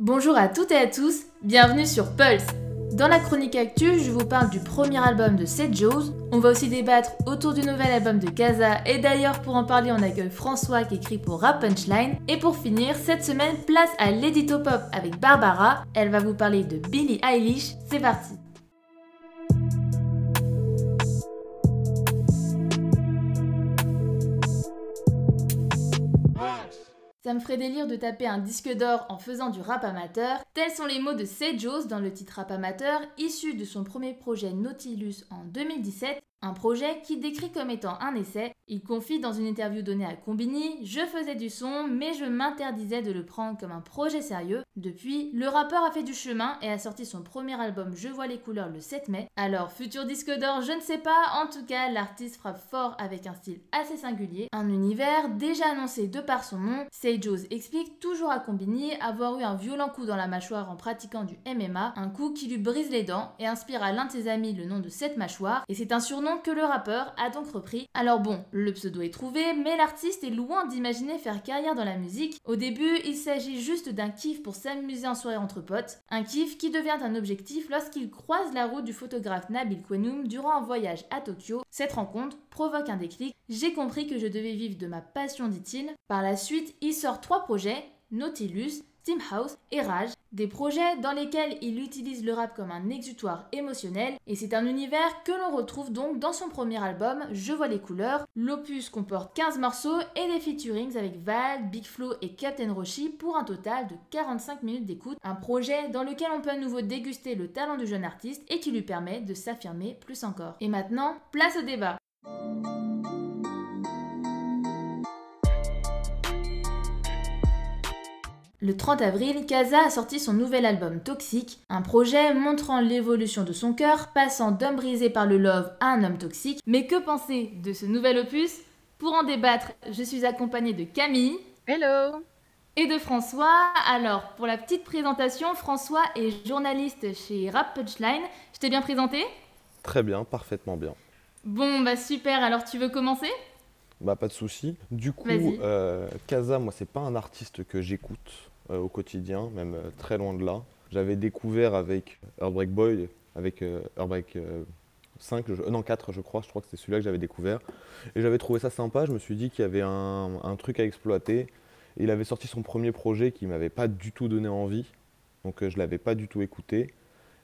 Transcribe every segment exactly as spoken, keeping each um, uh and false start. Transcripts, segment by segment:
Bonjour à toutes et à tous, bienvenue sur Pulse. Dans la chronique actu, je vous parle du premier album de Seth Joes. On va aussi débattre autour du nouvel album de Kazaa, et d'ailleurs pour en parler on accueille François qui écrit pour Rap Punchline. Et pour finir, cette semaine, place à l'édito pop avec Barbara. Elle va vous parler de Billie Eilish. C'est parti. Ça me ferait délire de taper un disque d'or en faisant du rap amateur. Tels sont les mots de Seth Joes dans le titre Rap Amateur, issu de son premier projet Nautilus en deux mille dix-sept. Un projet qu'il décrit comme étant un essai. Il confie dans une interview donnée à Combini « Je faisais du son, mais je m'interdisais de le prendre comme un projet sérieux. Depuis, le rappeur a fait du chemin et a sorti son premier album Je vois les couleurs le sept mai. Alors, futur disque d'or, je ne sais pas, en tout cas, l'artiste frappe fort avec un style assez singulier. Un univers déjà annoncé de par son nom. Seth Joes explique toujours à Combini avoir eu un violent coup dans la mâchoire en pratiquant du M M A, un coup qui lui brise les dents et inspire à l'un de ses amis le nom de cette mâchoire, et c'est un surnom que le rappeur a donc repris. Alors bon, le pseudo est trouvé, mais l'artiste est loin d'imaginer faire carrière dans la musique. Au début, il s'agit juste d'un kiff pour s'amuser en soirée entre potes, un kiff qui devient un objectif lorsqu'il croise la route du photographe Nabil Quennoum durant un voyage à Tokyo. Cette rencontre provoque un déclic. J'ai compris que je devais vivre de ma passion, dit-il. Par la suite, il sort trois projets, Nautilus, Team House et Rage, des projets dans lesquels il utilise le rap comme un exutoire émotionnel, et c'est un univers que l'on retrouve donc dans son premier album Je vois les couleurs. L'opus comporte quinze morceaux et des featurings avec Val, Big Flo et Captain Roshi pour un total de quarante-cinq minutes d'écoute. Un projet dans lequel on peut à nouveau déguster le talent du jeune artiste et qui lui permet de s'affirmer plus encore. Et maintenant, place au débat. Le trente avril, Kazaa a sorti son nouvel album Toxique, un projet montrant l'évolution de son cœur, passant d'homme brisé par le love à un homme toxique. Mais que penser de ce nouvel opus? Pour en débattre, je suis accompagnée de Camille. Hello. Et de François. Alors, pour la petite présentation, François est journaliste chez Rap Punchline. Je t'ai bien présenté? Très bien, parfaitement bien. Bon, bah super, alors tu veux commencer? Bah pas de souci. Du coup, Vas-y. euh, Kazaa, moi c'est pas un artiste que j'écoute euh, au quotidien, même euh, très loin de là. J'avais découvert avec Heartbreak Boy, avec euh, Heartbreak euh, cinq, je- euh, non quatre je crois, je crois que c'est celui-là que j'avais découvert. Et j'avais trouvé ça sympa, je me suis dit qu'il y avait un, un truc à exploiter. Et il avait sorti son premier projet qui m'avait pas du tout donné envie, donc euh, je l'avais pas du tout écouté.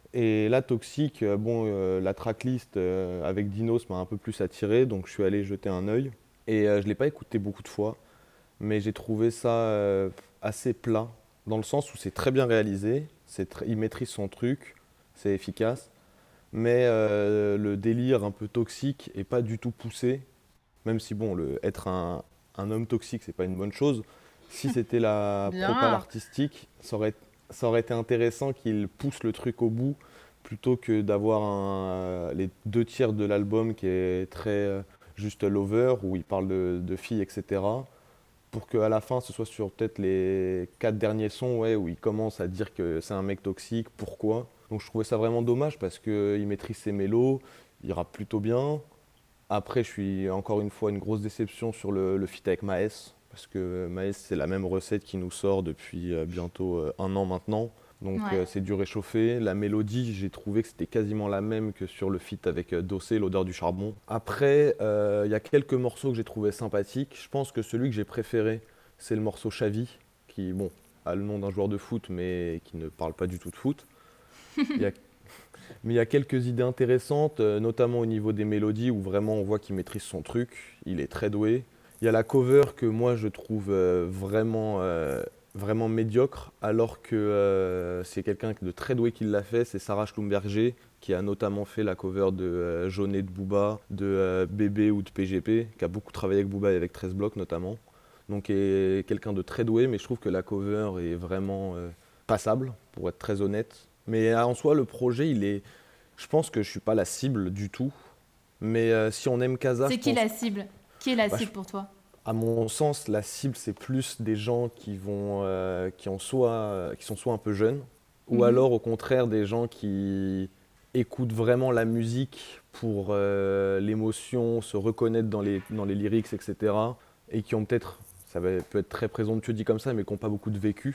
Et là, Toxique, euh, bon, euh, la tracklist euh, avec Dinos m'a un peu plus attiré, donc je suis allé jeter un œil. Et euh, je ne l'ai pas écouté beaucoup de fois, mais j'ai trouvé ça euh, assez plat, dans le sens où c'est très bien réalisé, c'est tr- il maîtrise son truc, c'est efficace, mais euh, le délire un peu toxique est pas du tout poussé, même si bon, le, être un, un homme toxique, c'est pas une bonne chose. Si c'était la propale Bien. artistique, ça aurait, ça aurait été intéressant qu'il pousse le truc au bout, plutôt que d'avoir un, euh, les deux tiers de l'album qui est très euh, juste lover, où il parle de, de filles, et cetera. Pour qu'à la fin, ce soit sur peut-être les quatre derniers sons, ouais, où il commence à dire que c'est un mec toxique, pourquoi. Donc je trouvais ça vraiment dommage parce qu'il maîtrise ses mélos, il rappe plutôt bien. Après, je suis encore une fois une grosse déception sur le, le feat avec Maes, parce que Maes, c'est la même recette qui nous sort depuis euh, bientôt euh, un an maintenant. Donc Ouais. euh, c'est du réchauffé. La mélodie, j'ai trouvé que c'était quasiment la même que sur le feat avec euh, Dossé, l'odeur du charbon. Après, euh, il y a quelques morceaux que j'ai trouvé sympathiques. Je pense que celui que j'ai préféré, c'est le morceau Xavi, qui bon, a le nom d'un joueur de foot, mais qui ne parle pas du tout de foot. Il y a mais il y a quelques idées intéressantes, euh, notamment au niveau des mélodies, où vraiment on voit qu'il maîtrise son truc, il est très doué. Il y a la cover que moi je trouve euh, vraiment, euh, vraiment médiocre, alors que euh, c'est quelqu'un de très doué qui l'a fait, c'est Sarah Schlumberger, qui a notamment fait la cover de euh, Jaunet de Booba, de euh, Bébé ou de P G P, qui a beaucoup travaillé avec Booba et avec treize blocs notamment. Donc est quelqu'un de très doué, mais je trouve que la cover est vraiment euh, passable, pour être très honnête. Mais euh, en soi, le projet, il est. Je pense que je suis pas la cible du tout. Mais euh, si on aime Kazaa, C'est je qui pense. la cible? Qui est la Bah, je- cible pour toi? à mon sens, la cible, c'est plus des gens qui vont, euh, qui ont soit, euh, qui sont soit un peu jeunes, ou Mhm. alors au contraire des gens qui écoutent vraiment la musique pour euh, l'émotion, se reconnaître dans les, dans les lyrics, et cetera. Et qui ont peut-être, ça va- peut être très présomptueux dit comme ça, mais qui n'ont pas beaucoup de vécu.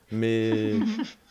Mais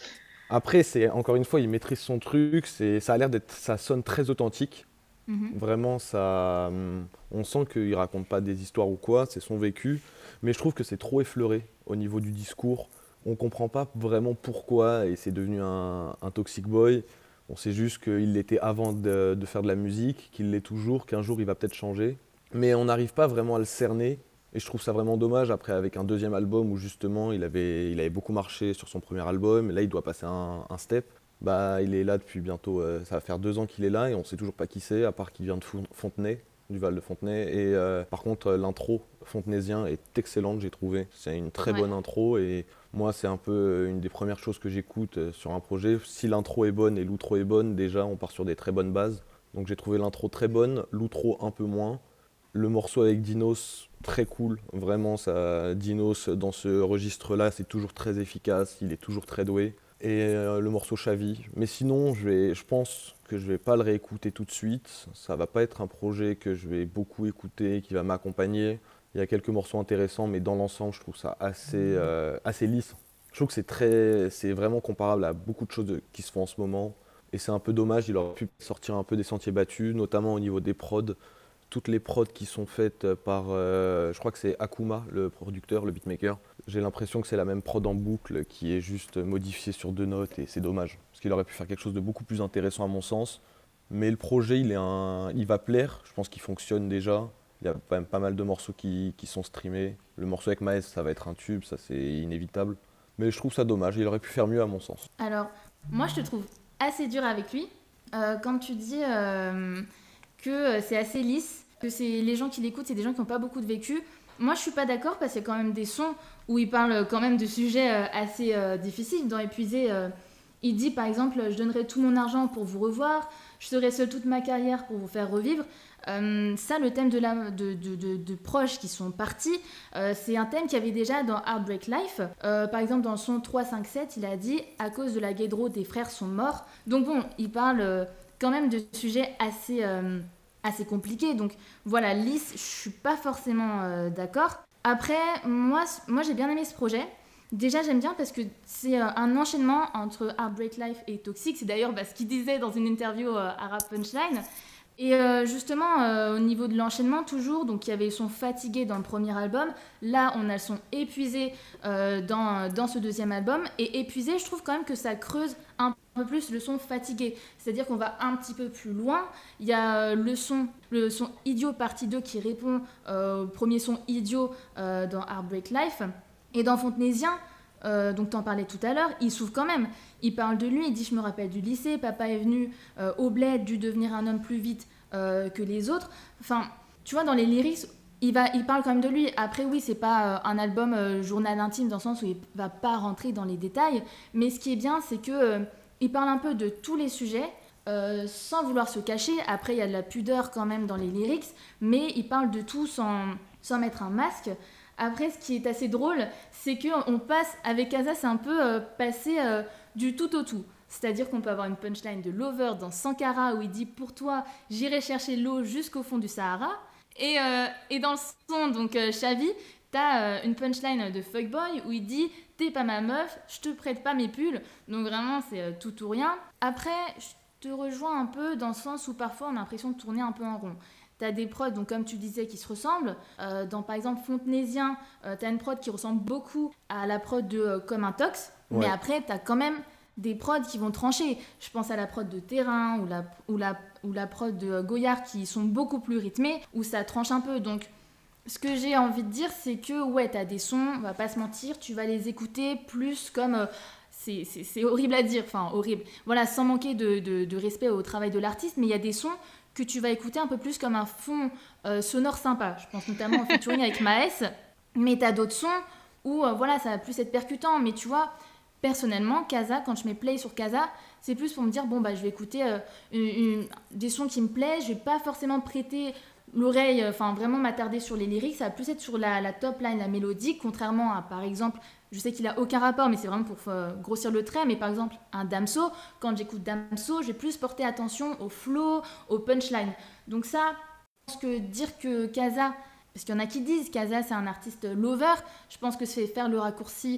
après, c'est encore une fois, il maîtrise son truc. C'est, ça a l'air d'être, ça sonne très authentique. Mhm. Vraiment, ça, hum, on sent qu'il raconte pas des histoires ou quoi. C'est son vécu. Mais je trouve que c'est trop effleuré au niveau du discours. On comprend pas vraiment pourquoi et c'est devenu un, un toxic boy. On sait juste qu'il l'était avant de, de faire de la musique, qu'il l'est toujours, qu'un jour il va peut-être changer. Mais on n'arrive pas vraiment à le cerner. Et je trouve ça vraiment dommage après avec un deuxième album où justement il avait, il avait beaucoup marché sur son premier album. Et là il doit passer un, un step. Bah, il est là depuis bientôt, euh, ça va faire deux ans qu'il est là et on sait toujours pas qui c'est, à part qu'il vient de Fon- Fontenay, du Val de Fontenay. Et euh, par contre, euh, l'intro fontenaisien est excellente, j'ai trouvé. C'est une très Ouais. bonne intro et moi, c'est un peu euh, une des premières choses que j'écoute euh, sur un projet. Si l'intro est bonne et l'outro est bonne, déjà, on part sur des très bonnes bases. Donc j'ai trouvé l'intro très bonne, l'outro un peu moins. Le morceau avec Dinos, très cool. Vraiment, ça, Dinos, dans ce registre-là, c'est toujours très efficace, il est toujours très doué. Et euh, le morceau Chavi. Mais sinon, je, vais, je pense que je ne vais pas le réécouter tout de suite. Ça ne va pas être un projet que je vais beaucoup écouter, qui va m'accompagner. Il y a quelques morceaux intéressants, mais dans l'ensemble, je trouve ça assez, euh, assez lisse. Je trouve que c'est, très, c'est vraiment comparable à beaucoup de choses de- qui se font en ce moment. Et c'est un peu dommage, il aurait pu sortir un peu des sentiers battus, notamment au niveau des prods. Toutes les prods qui sont faites par, euh, je crois que c'est Akuma, le producteur, le beatmaker. J'ai l'impression que c'est la même prod en boucle qui est juste modifiée sur deux notes et c'est dommage. Parce qu'il aurait pu faire quelque chose de beaucoup plus intéressant à mon sens. Mais le projet, il, est un... il va plaire, je pense qu'il fonctionne déjà. Il y a quand même pas mal de morceaux qui, qui sont streamés. Le morceau avec Maes, ça va être un tube, ça c'est inévitable. Mais je trouve ça dommage, il aurait pu faire mieux à mon sens. Alors, moi, je te trouve assez dur avec lui. Euh, quand tu dis euh, que euh, c'est assez lisse, que c'est les gens qui l'écoutent, c'est des gens qui n'ont pas beaucoup de vécu. Moi, je suis pas d'accord parce qu'il y a quand même des sons où il parle quand même de sujets euh, assez euh, difficiles. Dans Épuisé, euh, il dit par exemple « Je donnerai tout mon argent pour vous revoir, je serai seul toute ma carrière pour vous faire revivre ». Euh, ça, le thème de, la, de, de, de, de proches qui sont partis, euh, c'est un thème qu'il y avait déjà dans Heartbreak Life. Euh, par exemple, dans le son trois cinq sept, il a dit « À cause de la guédro, des frères sont morts ». Donc bon, il parle euh, quand même de sujets assez, euh, assez compliqués. Donc voilà, lisse, je suis pas forcément euh, d'accord. Après, moi, moi j'ai bien aimé ce projet. Déjà, j'aime bien parce que c'est euh, un enchaînement entre Heartbreak Life et Toxic. C'est d'ailleurs bah, ce qu'il disait dans une interview euh, à Rap Punchline. Et euh, justement, euh, au niveau de l'enchaînement, toujours, donc il y avait le son Fatigué dans le premier album. Là, on a le son Épuisé euh, dans, dans ce deuxième album. Et Épuisé, je trouve quand même que ça creuse un peu plus le son Fatigué. C'est-à-dire qu'on va un petit peu plus loin. Il y a euh, le son, le son Idiot partie deux qui répond euh, au premier son Idiot euh, dans Heartbreak Life. Et dans Fontenaisien, euh, donc t'en parlais tout à l'heure, il s'ouvre quand même. Il parle de lui, il dit « Je me rappelle du lycée, papa est venu euh, au bled, dû devenir un homme plus vite euh, que les autres. » Enfin, tu vois, dans les lyrics, il, va, il parle quand même de lui. Après, oui, c'est pas euh, un album euh, journal intime dans le sens où il va pas rentrer dans les détails. Mais ce qui est bien, c'est que euh, il parle un peu de tous les sujets, euh, sans vouloir se cacher. Après, il y a de la pudeur quand même dans les lyrics, mais il parle de tout sans, sans mettre un masque. Après, ce qui est assez drôle, c'est qu'on passe, avec Kaza, c'est un peu euh, passé euh, du tout au tout. C'est-à-dire qu'on peut avoir une punchline de Lover dans Sankara où il dit « Pour toi, j'irai chercher l'eau jusqu'au fond du Sahara ». Et, euh, et dans le son, donc euh, Chavi, t'as euh, une punchline de Fuckboy où il dit « T'es pas ma meuf, je te prête pas mes pulls ». Donc vraiment, c'est euh, tout ou rien. Après, je te rejoins un peu dans le sens où parfois on a l'impression de tourner un peu en rond. T'as des prods, donc comme tu disais, qui se ressemblent. Euh, dans par exemple Fontenaisien, euh, t'as une prod qui ressemble beaucoup à la prod de euh, Comme un Tox. Ouais. Mais après, t'as quand même des prods qui vont trancher. Je pense à la prod de Terrain ou la, ou la, ou la prod de euh, Goyard qui sont beaucoup plus rythmées, où ça tranche un peu. Donc, ce que j'ai envie de dire, c'est que ouais, t'as des sons, on va pas se mentir, tu vas les écouter plus comme... Euh, c'est, c'est, c'est horrible à dire, enfin horrible. Voilà, sans manquer de, de, de respect au travail de l'artiste, mais il y a des sons que tu vas écouter un peu plus comme un fond euh, sonore sympa. Je pense notamment au featuring avec Maes. Mais t'as d'autres sons où euh, voilà, ça va plus être percutant. Mais tu vois, personnellement, Kaza, quand je mets play sur Kaza, c'est plus pour me dire, bon, bah, je vais écouter euh, une, une, des sons qui me plaisent. Je vais pas forcément prêter l'oreille, enfin euh, vraiment m'attarder sur les lyrics. Ça va plus être sur la, la top line, la mélodie, contrairement à, par exemple, je sais qu'il a aucun rapport, mais c'est vraiment pour euh, grossir le trait. Mais par exemple, un Damso, quand j'écoute Damso, je vais plus porter attention au flow, au punchline. Donc ça, je pense que dire que Kaza, parce qu'il y en a qui disent Kaza c'est un artiste lover, je pense que c'est faire le raccourci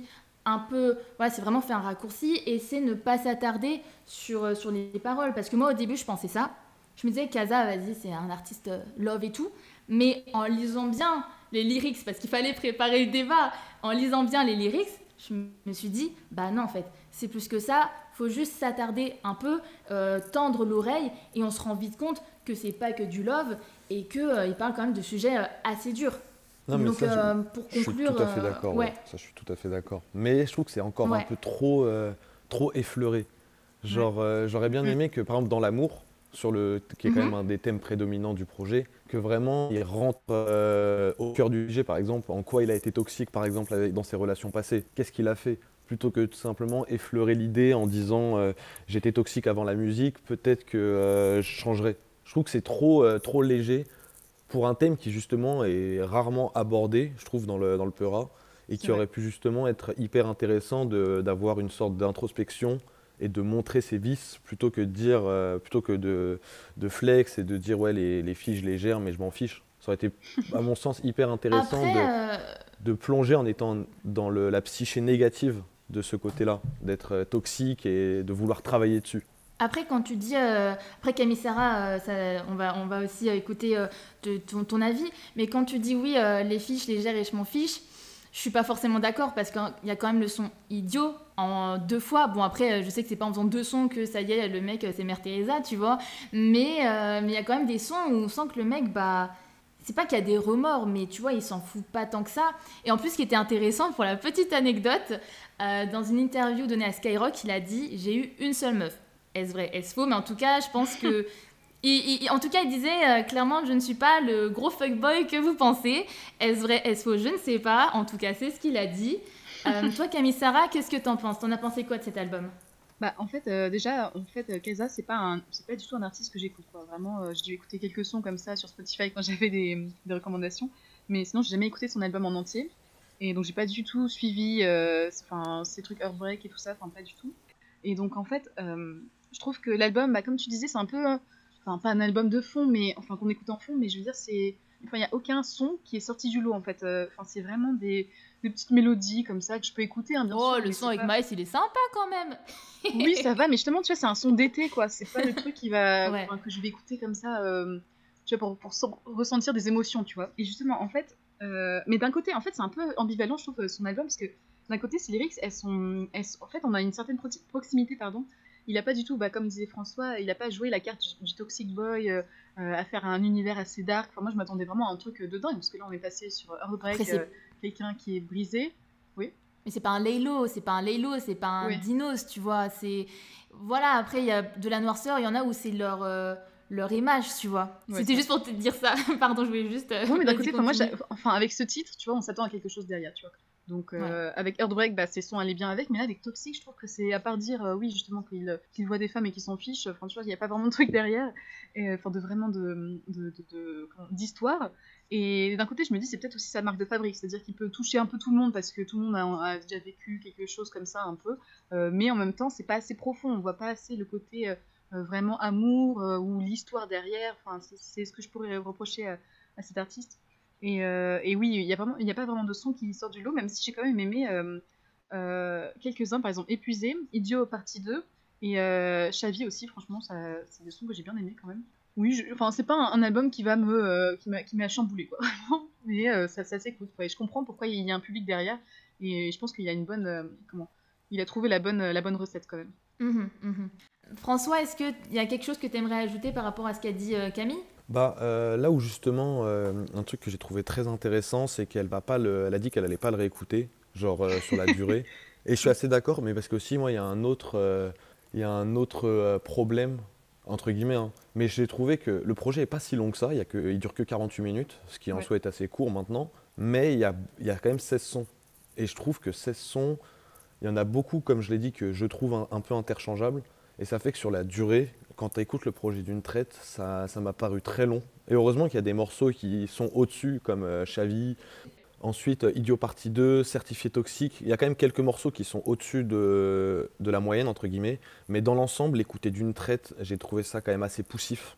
un peu, voilà, c'est vraiment fait un raccourci et c'est ne pas s'attarder sur, euh, sur les paroles. Parce que moi, au début, je pensais ça. Je me disais, Kaza, vas-y, c'est un artiste euh, love et tout. Mais en lisant bien les lyrics, parce qu'il fallait préparer le débat, en lisant bien les lyrics, je me suis dit, bah non, en fait, c'est plus que ça. Faut juste s'attarder un peu, euh, tendre l'oreille, et on se rend vite compte que c'est pas que du love et qu'il euh, parle quand même de sujets euh, assez durs. Non, mais Donc, ça, je, euh, pour je suis conclure, tout à fait euh, d'accord. Ouais. ouais, Ça, je suis tout à fait d'accord. Mais je trouve que c'est encore un ouais, peu trop, euh, trop effleuré. Ouais. Genre, euh, j'aurais bien Mm. aimé que, par exemple, dans l'amour, sur le, qui est quand mhm, même un des thèmes prédominants du projet, que vraiment il rentre euh, au cœur du sujet, par exemple, en quoi il a été toxique, par exemple, avec- dans ses relations passées. Qu'est-ce qu'il a fait? Plutôt que de simplement effleurer l'idée en disant euh, j'étais toxique avant la musique, peut-être que euh, je changerai. Je trouve que c'est trop, euh, trop léger pour un thème qui justement est rarement abordé, je trouve, dans le, dans le Peura, et C'est qui vrai. aurait pu justement être hyper intéressant de- d'avoir une sorte d'introspection et de montrer ses vices plutôt que de dire, euh, plutôt que de, de flex et de dire ouais les, les filles je les gère mais je m'en fiche. Ça aurait été à mon sens hyper intéressant après, de, euh, de plonger en étant dans le- la psyché négative de ce côté-là, d'être euh, toxique et de vouloir travailler dessus. après quand tu dis, euh, après Camille Sarah, euh, ça, on, va, on va aussi euh, écouter euh, de- ton, ton avis, mais quand tu dis oui, euh, les filles, je les gère et je m'en fiche, je suis pas forcément d'accord parce qu'il y a quand même le son idiot en deux fois. Bon, après, euh, je sais que c'est pas en faisant deux sons que ça y est, le mec, euh, c'est Mère Teresa, tu vois, mais euh, mais il y a quand même des sons où on sent que le mec, bah. C'est pas qu'il y a des remords, mais tu vois, il s'en fout pas tant que ça. Et en plus, ce qui était intéressant, pour la petite anecdote, euh, dans une interview donnée à Skyrock, il a dit: j'ai eu une seule meuf. Est-ce vrai, est-ce faux? Mais en tout cas, je pense que. il- il- en tout cas, il disait euh, clairement: je ne suis pas le gros fuckboy que vous pensez. Est-ce vrai, est-ce faux? Je ne sais pas. En tout cas, c'est ce qu'il a dit. Euh, toi, Camille Sarah, qu'est-ce que t'en penses? T'en as pensé quoi de cet album? Bah, en fait, euh, déjà, en fait, euh, Keza, c'est pas un, c'est pas du tout un artiste que j'écoute, quoi. Vraiment, euh, j'ai dû écouter quelques sons comme ça sur Spotify quand j'avais des, des recommandations, mais sinon, j'ai jamais écouté son album en entier, et donc j'ai pas du tout suivi, euh, enfin, ces trucs Heartbreak et tout ça, enfin, pas du tout. Et donc, en fait, euh, je trouve que l'album, bah, comme tu disais, c'est un peu, euh, enfin, pas un album de fond, mais enfin, qu'on écoute en fond, mais je veux dire, c'est, enfin, il y a aucun son qui est sorti du lot, en fait. Euh, Enfin, c'est vraiment des, des petites mélodies comme ça que je peux écouter, hein, bien Oh, sûr, le mais son c'est avec pas. Maïs, il est sympa quand même. Oui, ça va, mais justement, tu vois, c'est un son d'été, quoi. C'est pas le truc qui va, Ouais. enfin, que je vais écouter comme ça, euh, tu vois, pour, pour sen- ressentir des émotions, tu vois. Et justement, en fait, euh, mais d'un côté, en fait, c'est un peu ambivalent, je trouve, euh, son album, parce que d'un côté, ses lyrics, elles sont, elles sont- en fait, on a une certaine pro- proximité, pardon. Il a pas du tout, bah, comme disait François, il a pas joué la carte du, du Toxic Boy, euh, euh, à faire un univers assez dark. Enfin, moi, je m'attendais vraiment à un truc de dingue, parce que là, on est passé sur Après, Heartbreak, euh, c'est quelqu'un qui est brisé. Oui, Mais c'est pas un Laylo, c'est pas un Laylo, c'est pas un oui. Dinos, tu vois. C'est voilà. Après, il y a de la noirceur. Il y en a où c'est leur euh, leur image, tu vois. Ouais, C'était c'est vrai. juste pour te dire ça. Pardon, je voulais juste. euh, Non, mais d'un Vas-y, côté, enfin, moi, j'a- continue. enfin, avec ce titre, tu vois, on s'attend à quelque chose derrière, tu vois. Donc, Ouais. euh, avec Heartbreak, bah, ses sons allaient bien avec, mais là, avec Toxic, je trouve que c'est, à part dire, euh, oui, justement, qu'il qu'il voit des femmes et qu'il s'en fiche, enfin, tu vois, il n'y a pas vraiment de truc derrière, et, euh, enfin, de vraiment de, de, de- de- comment- d'histoire. Et d'un côté, je me dis, c'est peut-être aussi sa marque de fabrique, c'est-à-dire qu'il peut toucher un peu tout le monde, parce que tout le monde a, a déjà vécu quelque chose comme ça, un peu, euh, mais en même temps, c'est pas assez profond, on voit pas assez le côté euh, euh, vraiment amour, euh, ou l'histoire derrière, enfin, c'est c'est ce que je pourrais reprocher à, à cet artiste. Et, euh, et oui, il n'y a, vraiment- il y a pas vraiment de son qui sort du lot, même si j'ai quand même aimé euh, euh, quelques-uns, par exemple Épuisé, Idiot partie deux, et euh, Chavi aussi, franchement, ça, c'est des sons que j'ai bien aimés quand même. Oui, je- enfin, c'est pas un, un album qui va me, euh, qui m'a, qui m'a chamboulé, quoi, vraiment, mais euh, ça, ça s'écoute, quoi. Et je comprends pourquoi il y a un public derrière, et je pense qu'il y a une bonne, euh, comment, il a trouvé la bonne, la bonne recette quand même. Mhm, mhm. François, est-ce qu'il y a quelque chose que tu aimerais ajouter par rapport à ce qu'a dit euh, Camille? Bah, euh, là où justement, euh, un truc que j'ai trouvé très intéressant, c'est qu'elle va pas le, elle a dit qu'elle allait pas le réécouter, genre euh, sur la durée. Et je suis assez d'accord, mais parce que aussi moi, il y a un autre, euh, il y a un autre euh, problème entre guillemets, hein. Mais j'ai trouvé que le projet est pas si long que ça. Il y a que, il dure que quarante-huit minutes, ce qui en Ouais. soi est assez court maintenant. Mais il y a, il y a quand même seize sons. Et je trouve que seize sons, il y en a beaucoup, comme je l'ai dit, que je trouve un, un peu interchangeables. Et ça fait que sur la durée, quand tu écoutes le projet d'une traite, ça, ça m'a paru très long. Et heureusement qu'il y a des morceaux qui sont au-dessus, comme euh, Chavi. Ensuite, euh, Idiot Partie deux, Certifié Toxique. Il y a quand même quelques morceaux qui sont au-dessus de, de la moyenne, entre guillemets. Mais dans l'ensemble, l'écouter d'une traite, j'ai trouvé ça quand même assez poussif.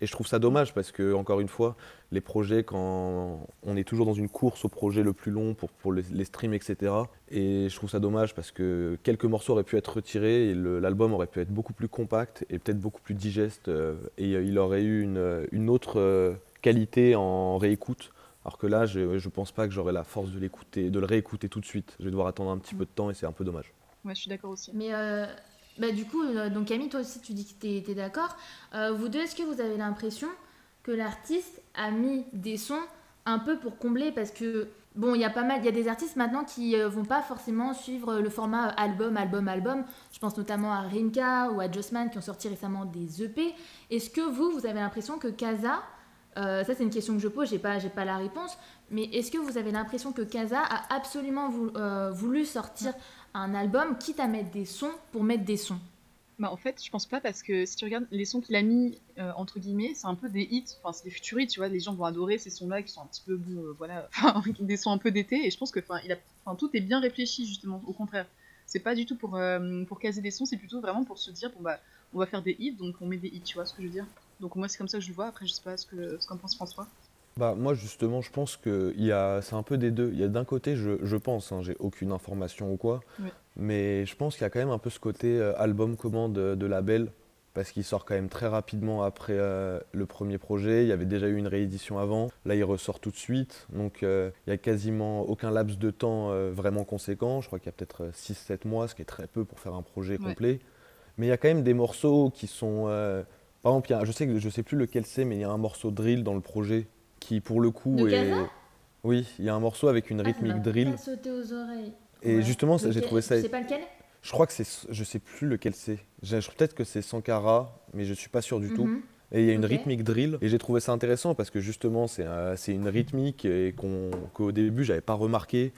Et je trouve ça dommage parce que, encore une fois, les projets, quand on est toujours dans une course au projet le plus long pour, pour les, les streams, et cetera. Et je trouve ça dommage parce que quelques morceaux auraient pu être retirés et le- l'album aurait pu être beaucoup plus compact et peut-être beaucoup plus digeste euh, et euh, il aurait eu une, une autre euh, qualité en réécoute. Alors que là, je ne pense pas que j'aurai la force de l'écouter, de le réécouter tout de suite. Je vais devoir attendre un petit peu de temps et c'est un peu dommage. Ouais, je suis d'accord aussi. Mais euh, bah, du coup, euh, donc Camille, toi aussi, tu dis que t'es, t'es d'accord. Euh, vous deux, est-ce que vous avez l'impression que l'artiste a mis des sons un peu pour combler parce que bon, il y a pas mal, il y a des artistes maintenant qui euh, vont pas forcément suivre le format album, album, album. Je pense notamment à Rinka ou à Jossman qui ont sorti récemment des E P. Est-ce que vous, vous avez l'impression que Casa, euh, ça c'est une question que je pose, j'ai pas, j'ai pas la réponse, mais est-ce que vous avez l'impression que Casa a absolument voulu, euh, voulu sortir un album, quitte à mettre des sons pour mettre des sons? Bah, en fait, je pense pas parce que si tu regardes les sons qu'il a mis, euh, entre guillemets, c'est un peu des hits, enfin, c'est des futurs hits, tu vois, les gens vont adorer ces sons-là qui sont un petit peu, bon, euh, voilà, enfin, des sons un peu d'été, et je pense que, enfin, il a, enfin, tout est bien réfléchi, justement, au contraire. C'est pas du tout pour, euh, pour caser des sons, c'est plutôt vraiment pour se dire, bon, bah, on va faire des hits, donc on met des hits, tu vois ce que je veux dire. Donc moi, c'est comme ça que je le vois, après, je sais pas ce que, ce qu'en pense François. Bah, moi, justement, je pense que il y a, c'est un peu des deux. Il y a d'un côté, je, je pense, hein, j'ai aucune information ou quoi, Ouais. mais je pense qu'il y a quand même un peu ce côté euh, album commande de, de label, parce qu'il sort quand même très rapidement après euh, le premier projet. Il y avait déjà eu une réédition avant, là il ressort tout de suite, donc euh, il n'y a quasiment aucun laps de temps euh, vraiment conséquent. Je crois qu'il y a peut-être six sept mois, ce qui est très peu pour faire un projet Ouais. complet. Mais il y a quand même des morceaux qui sont... euh, par exemple, il y a- je sais que je sais plus lequel c'est, mais il y a un morceau drill dans le projet qui pour le coup De est... Casa? Oui, il y a un morceau avec une Ah, ça m'a rythmique drill. pas sauté aux oreilles. Et Ouais. justement, ça, j'ai Lequel- trouvé ça... Tu sais pas lequel? Je crois que c'est... Je sais plus lequel c'est. J'ai- je- Peut-être que c'est Sankara, mais je suis pas sûr du tout. Mhm. Et il y a une Ok. rythmique drill. Et j'ai trouvé ça intéressant parce que justement, c'est un- c'est une rythmique et qu'on, qu'au début, j'avais pas remarqué.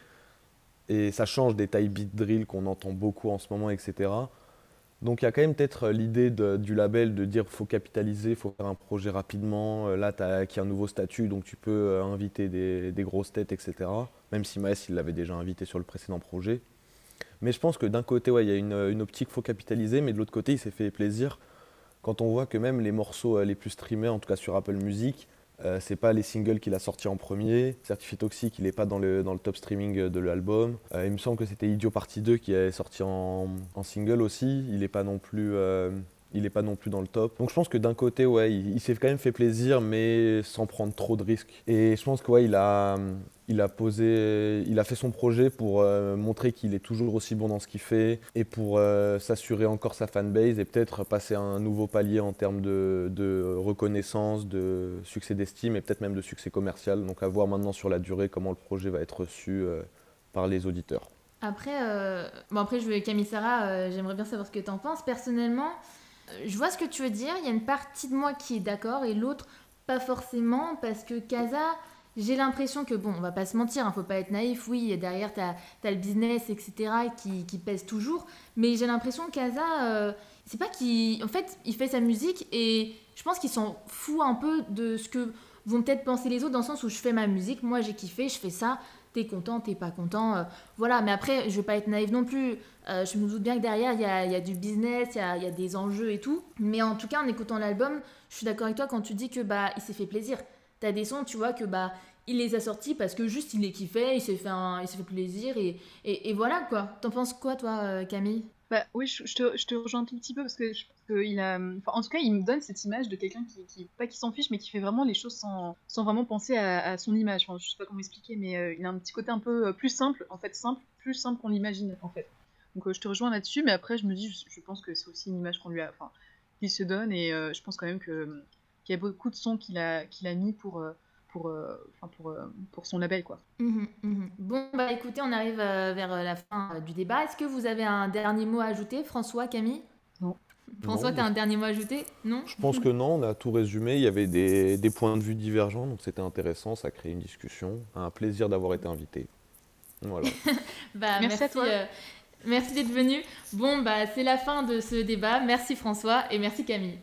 Et ça change des type beat drill qu'on entend beaucoup en ce moment, et cetera. Donc il y a quand même peut-être l'idée de- du label de dire faut capitaliser, faut faire un projet rapidement. Euh, Là, tu as acquis un nouveau statut, donc tu peux euh, inviter des, des grosses têtes, et cetera. Même si Maes, il l'avait déjà invité sur le précédent projet. Mais je pense que d'un côté, ouais, il y a une, une optique faut capitaliser, mais de l'autre côté, il s'est fait plaisir quand on voit que même les morceaux euh, les plus streamés, en tout cas sur Apple Music, euh, c'est pas les singles qu'il a sortis en premier. Certifié Toxic, il est pas dans le, dans le top streaming de l'album. Euh, il me semble que c'était Idiot Partie deux qui est sorti en, en single aussi. Il est pas non plus, euh, il est pas non plus dans le top. Donc je pense que d'un côté, ouais, il, il s'est quand même fait plaisir, mais sans prendre trop de risques. Et je pense que ouais, il a, il a posé, il a fait son projet pour euh, montrer qu'il est toujours aussi bon dans ce qu'il fait et pour euh, s'assurer encore sa fanbase et peut-être passer à un nouveau palier en termes de, de reconnaissance, de succès d'estime et peut-être même de succès commercial. Donc à voir maintenant sur la durée comment le projet va être reçu euh, par les auditeurs. Après, euh, bon après je veux Camille Sarah, euh, j'aimerais bien savoir ce que tu en penses. Personnellement, euh, je vois ce que tu veux dire. Il y a une partie de moi qui est d'accord et l'autre pas forcément parce que Casa, j'ai l'impression que bon, on va pas se mentir, hein, faut pas être naïf. Oui, et derrière t'as as le business, et cetera qui, qui pèse toujours. Mais j'ai l'impression que Casa, euh, c'est pas qu'il, en fait, il fait sa musique et je pense qu'il s'en fout un peu de ce que vont peut-être penser les autres dans le sens où je fais ma musique, moi j'ai kiffé, je fais ça. T'es content, t'es pas content, euh, voilà. Mais après, je vais pas être naïve non plus. Euh, je me doute bien que derrière, il y a, il y a du business, il y a, il y a des enjeux et tout. Mais en tout cas, en écoutant l'album, je suis d'accord avec toi quand tu dis que bah il s'est fait plaisir. T'as des sons, tu vois, que bah il les a sortis parce que juste il les kiffait, il s'est fait, un- il s'est fait plaisir et, et, et voilà quoi. T'en penses quoi, toi, euh, Camille? Bah oui, je, je te, je te rejoins un tout petit peu parce que je pense qu'il a. Enfin, en tout cas, il me donne cette image de quelqu'un qui, qui, pas qui s'en fiche, mais qui fait vraiment les choses sans, sans vraiment penser à, à son image. Enfin, je sais pas comment expliquer, mais euh, il a un petit côté un peu euh, plus simple, en fait, simple, plus simple qu'on l'imagine, en fait. Donc euh, je te rejoins là-dessus, mais après, je me dis, je, je pense que c'est aussi une image qu'on lui a, enfin, qu'il se donne, et euh, je pense quand même que qu'il y a beaucoup de sons qu'il a, qu'il a mis pour, euh, pour, euh, enfin, pour, euh, pour son label, quoi. Mhm, mhm. Bon, bah écoutez, on arrive euh, vers euh, la fin euh, du débat. Est-ce que vous avez un dernier mot à ajouter, François, Camille? Non. François, Non, t'as mais un dernier mot à ajouter? Non? je pense que non, on a tout résumé. Il y avait des, des points de vue divergents, donc c'était intéressant, ça a créé une discussion. Un plaisir d'avoir été invité. Voilà. Bah, Merci à toi. euh, merci d'être venu. Bon, bah, c'est la fin de ce débat. Merci François et merci Camille.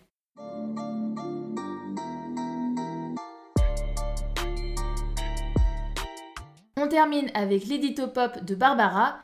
On termine avec l'édito pop de Barbara.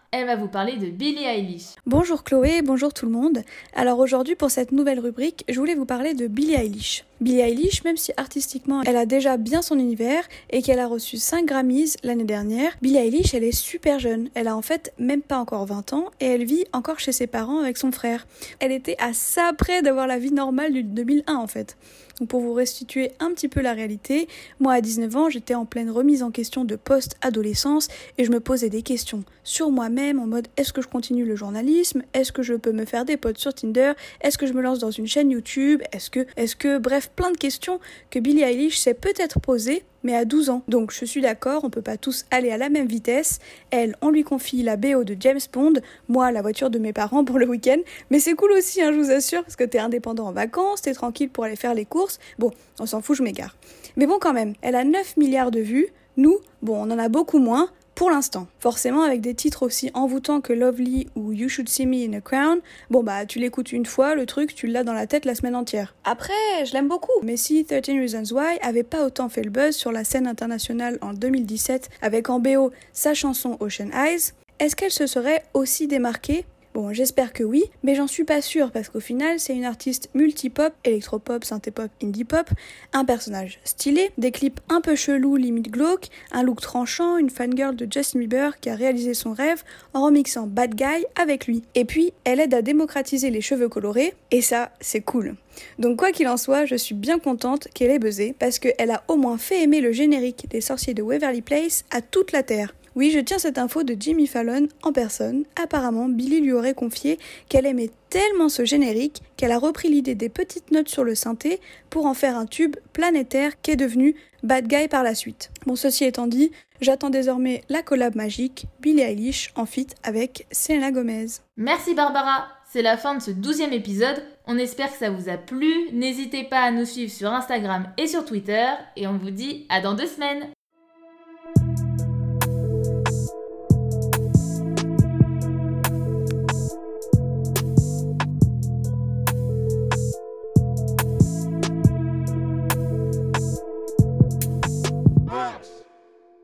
elle va vous parler de Billie Eilish. Bonjour Chloé, bonjour tout le monde. Alors aujourd'hui pour cette nouvelle rubrique, je voulais vous parler de Billie Eilish. Billie Eilish, même si artistiquement elle a déjà bien son univers et qu'elle a reçu cinq Grammys l'année dernière, Billie Eilish elle est super jeune. Elle a en fait même pas encore vingt ans et elle vit encore chez ses parents avec son frère. Elle était à ça près d'avoir la vie normale du deux mille un en fait. Donc pour vous restituer un petit peu la réalité, moi à dix-neuf ans j'étais en pleine remise en question de post-adolescence et je me posais des questions sur moi-même en mode est-ce que je continue le journalisme, est-ce que je peux me faire des potes sur Tinder, est-ce que je me lance dans une chaîne YouTube, est-ce que, est-ce que, bref plein de questions que Billie Eilish s'est peut-être posées mais à douze ans. Donc je suis d'accord, on peut pas tous aller à la même vitesse. Elle, on lui confie la B O de James Bond, moi la voiture de mes parents pour le week-end, mais c'est cool aussi, hein, je vous assure, parce que t'es indépendant en vacances, t'es tranquille pour aller faire les courses. Bon, on s'en fout, je m'égare. Mais bon quand même, elle a neuf milliards de vues, nous, bon, on en a beaucoup moins, pour l'instant. Forcément, avec des titres aussi envoûtants que Lovely ou You Should See Me in a Crown, bon bah tu l'écoutes une fois, le truc, tu l'as dans la tête la semaine entière. Après, je l'aime beaucoup, mais si thirteen Reasons Why avait pas autant fait le buzz sur la scène internationale en deux mille dix-sept avec en B O sa chanson Ocean Eyes, est-ce qu'elle se serait aussi démarquée ? Bon, j'espère que oui, mais j'en suis pas sûre parce qu'au final, c'est une artiste multi-pop, électro-pop, synthé-pop, indie-pop, un personnage stylé, des clips un peu chelous, limite glauques, un look tranchant, une fangirl de Justin Bieber qui a réalisé son rêve en remixant Bad Guy avec lui. Et puis, elle aide à démocratiser les cheveux colorés, et ça, c'est cool. Donc quoi qu'il en soit, je suis bien contente qu'elle ait buzzé parce qu'elle a au moins fait aimer le générique des sorciers de Waverly Place à toute la Terre. Oui, je tiens cette info de Jimmy Fallon en personne. Apparemment, Billie lui aurait confié qu'elle aimait tellement ce générique qu'elle a repris l'idée des petites notes sur le synthé pour en faire un tube planétaire qui est devenu Bad Guy par la suite. Bon, ceci étant dit, j'attends désormais la collab magique Billie Eilish en feat avec Selena Gomez. Merci Barbara, c'est la fin de ce douzième épisode. On espère que ça vous a plu. N'hésitez pas à nous suivre sur Instagram et sur Twitter. Et on vous dit à dans deux semaines.